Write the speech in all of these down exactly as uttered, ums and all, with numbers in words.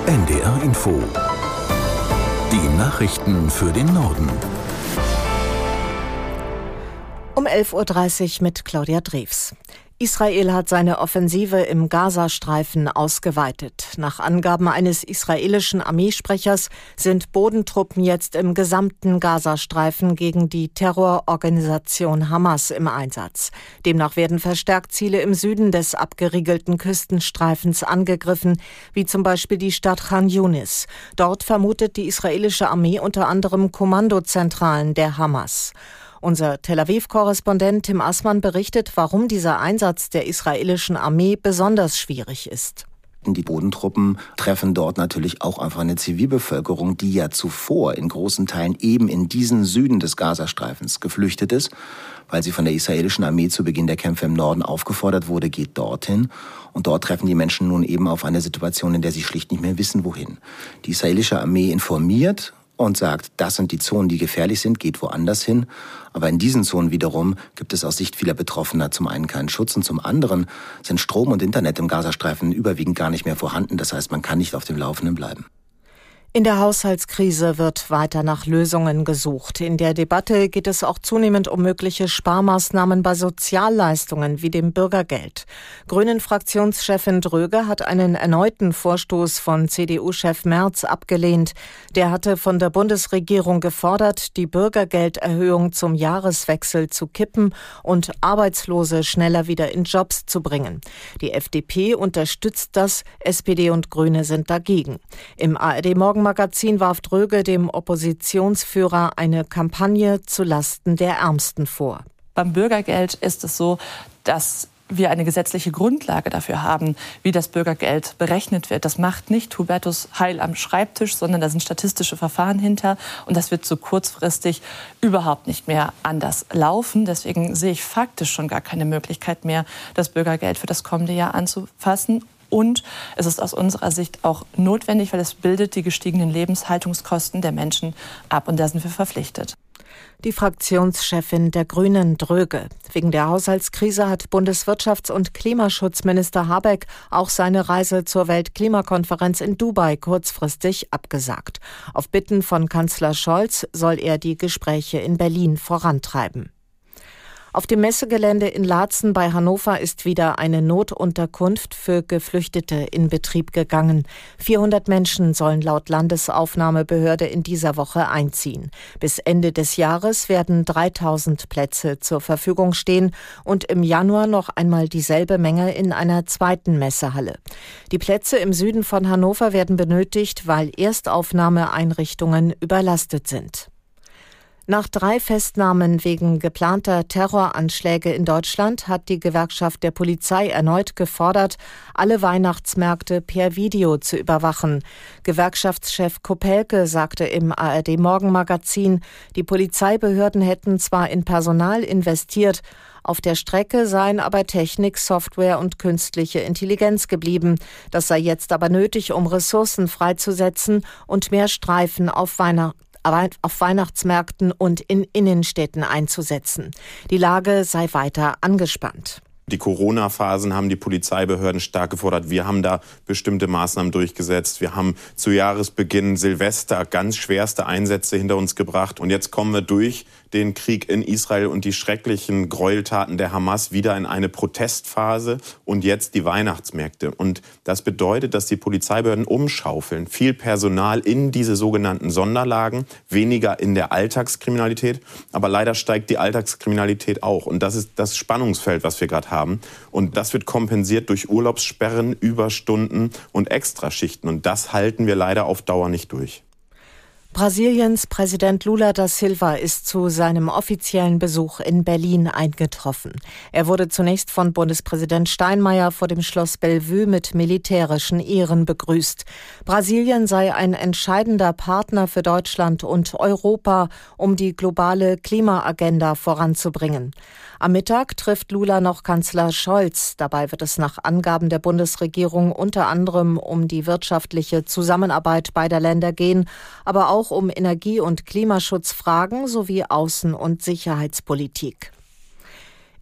N D R Info. Die Nachrichten für den Norden. Um elf Uhr dreißig mit Claudia Drews. Israel hat seine Offensive im Gazastreifen ausgeweitet. Nach Angaben eines israelischen Armeesprechers sind Bodentruppen jetzt im gesamten Gazastreifen gegen die Terrororganisation Hamas im Einsatz. Demnach werden verstärkt Ziele im Süden des abgeriegelten Küstenstreifens angegriffen, wie zum Beispiel die Stadt Khan Yunis. Dort vermutet die israelische Armee unter anderem Kommandozentralen der Hamas. Unser Tel Aviv-Korrespondent Tim Assmann berichtet, warum dieser Einsatz der israelischen Armee besonders schwierig ist. Die Bodentruppen treffen dort natürlich auch einfach eine Zivilbevölkerung, die ja zuvor in großen Teilen eben in diesen Süden des Gazastreifens geflüchtet ist, weil sie von der israelischen Armee zu Beginn der Kämpfe im Norden aufgefordert wurde, geht dorthin. Und dort treffen die Menschen nun eben auf eine Situation, in der sie schlicht nicht mehr wissen, wohin. Die israelische Armee informiert und sagt, das sind die Zonen, die gefährlich sind, geht woanders hin. Aber in diesen Zonen wiederum gibt es aus Sicht vieler Betroffener zum einen keinen Schutz und zum anderen sind Strom und Internet im Gazastreifen überwiegend gar nicht mehr vorhanden. Das heißt, man kann nicht auf dem Laufenden bleiben. In der Haushaltskrise wird weiter nach Lösungen gesucht. In der Debatte geht es auch zunehmend um mögliche Sparmaßnahmen bei Sozialleistungen wie dem Bürgergeld. Grünen-Fraktionschefin Dröge hat einen erneuten Vorstoß von C D U-Chef Merz abgelehnt. Der hatte von der Bundesregierung gefordert, die Bürgergelderhöhung zum Jahreswechsel zu kippen und Arbeitslose schneller wieder in Jobs zu bringen. Die F D P unterstützt das, S P D und Grüne sind dagegen. Im A R D-Morgen Magazin warf Dröge dem Oppositionsführer eine Kampagne zulasten der Ärmsten vor. Beim Bürgergeld ist es so, dass wir eine gesetzliche Grundlage dafür haben, wie das Bürgergeld berechnet wird. Das macht nicht Hubertus Heil am Schreibtisch, sondern da sind statistische Verfahren hinter. Und das wird so kurzfristig überhaupt nicht mehr anders laufen. Deswegen sehe ich faktisch schon gar keine Möglichkeit mehr, das Bürgergeld für das kommende Jahr anzufassen. Und es ist aus unserer Sicht auch notwendig, weil es bildet die gestiegenen Lebenshaltungskosten der Menschen ab. Und da sind wir verpflichtet. Die Fraktionschefin der Grünen Dröge. Wegen der Haushaltskrise hat Bundeswirtschafts- und Klimaschutzminister Habeck auch seine Reise zur Weltklimakonferenz in Dubai kurzfristig abgesagt. Auf Bitten von Kanzler Scholz soll er die Gespräche in Berlin vorantreiben. Auf dem Messegelände in Laatzen bei Hannover ist wieder eine Notunterkunft für Geflüchtete in Betrieb gegangen. vierhundert Menschen sollen laut Landesaufnahmebehörde in dieser Woche einziehen. Bis Ende des Jahres werden dreitausend Plätze zur Verfügung stehen und im Januar noch einmal dieselbe Menge in einer zweiten Messehalle. Die Plätze im Süden von Hannover werden benötigt, weil Erstaufnahmeeinrichtungen überlastet sind. Nach drei Festnahmen wegen geplanter Terroranschläge in Deutschland hat die Gewerkschaft der Polizei erneut gefordert, alle Weihnachtsmärkte per Video zu überwachen. Gewerkschaftschef Kopelke sagte im A R D-Morgenmagazin, die Polizeibehörden hätten zwar in Personal investiert, auf der Strecke seien aber Technik, Software und künstliche Intelligenz geblieben. Das sei jetzt aber nötig, um Ressourcen freizusetzen und mehr Streifen auf Weihnachten auf Weihnachtsmärkten und in Innenstädten einzusetzen. Die Lage sei weiter angespannt. Die Corona-Phasen haben die Polizeibehörden stark gefordert. Wir haben da bestimmte Maßnahmen durchgesetzt. Wir haben zu Jahresbeginn Silvester ganz schwerste Einsätze hinter uns gebracht. Und jetzt kommen wir durch den Krieg in Israel und die schrecklichen Gräueltaten der Hamas wieder in eine Protestphase und jetzt die Weihnachtsmärkte. Und das bedeutet, dass die Polizeibehörden umschaufeln. Viel Personal in diese sogenannten Sonderlagen, weniger in der Alltagskriminalität. Aber leider steigt die Alltagskriminalität auch. Und das ist das Spannungsfeld, was wir gerade haben. Und das wird kompensiert durch Urlaubssperren, Überstunden und Extraschichten. Und das halten wir leider auf Dauer nicht durch. Brasiliens Präsident Lula da Silva ist zu seinem offiziellen Besuch in Berlin eingetroffen. Er wurde zunächst von Bundespräsident Steinmeier vor dem Schloss Bellevue mit militärischen Ehren begrüßt. Brasilien sei ein entscheidender Partner für Deutschland und Europa, um die globale Klimaagenda voranzubringen. Am Mittag trifft Lula noch Kanzler Scholz. Dabei wird es nach Angaben der Bundesregierung unter anderem um die wirtschaftliche Zusammenarbeit beider Länder gehen, aber auch um Energie- und Klimaschutzfragen sowie Außen- und Sicherheitspolitik.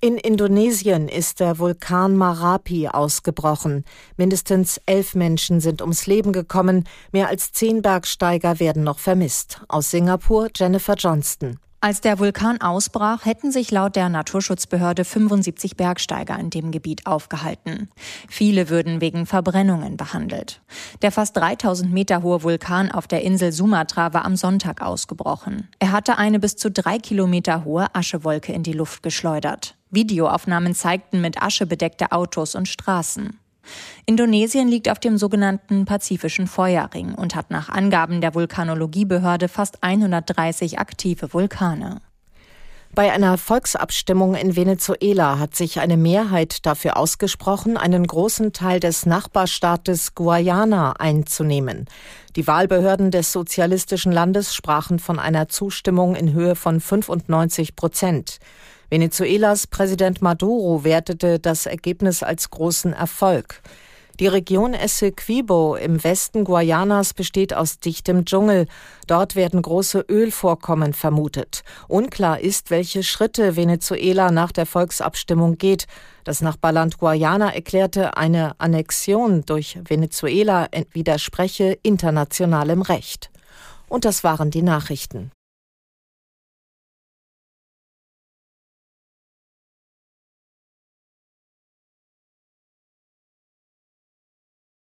In Indonesien ist der Vulkan Marapi ausgebrochen. Mindestens elf Menschen sind ums Leben gekommen. Mehr als zehn Bergsteiger werden noch vermisst. Aus Singapur Jennifer Johnston. Als der Vulkan ausbrach, hätten sich laut der Naturschutzbehörde fünfundsiebzig Bergsteiger in dem Gebiet aufgehalten. Viele würden wegen Verbrennungen behandelt. Der fast dreitausend Meter hohe Vulkan auf der Insel Sumatra war am Sonntag ausgebrochen. Er hatte eine bis zu drei Kilometer hohe Aschewolke in die Luft geschleudert. Videoaufnahmen zeigten mit Asche bedeckte Autos und Straßen. Indonesien liegt auf dem sogenannten Pazifischen Feuerring und hat nach Angaben der Vulkanologiebehörde fast hundertdreißig aktive Vulkane. Bei einer Volksabstimmung in Venezuela hat sich eine Mehrheit dafür ausgesprochen, einen großen Teil des Nachbarstaates Guayana einzunehmen. Die Wahlbehörden des sozialistischen Landes sprachen von einer Zustimmung in Höhe von fünfundneunzig Prozent. Venezuelas Präsident Maduro wertete das Ergebnis als großen Erfolg. Die Region Essequibo im Westen Guayanas besteht aus dichtem Dschungel. Dort werden große Ölvorkommen vermutet. Unklar ist, welche Schritte Venezuela nach der Volksabstimmung geht. Das Nachbarland Guayana erklärte, eine Annexion durch Venezuela widerspreche internationalem Recht. Und das waren die Nachrichten.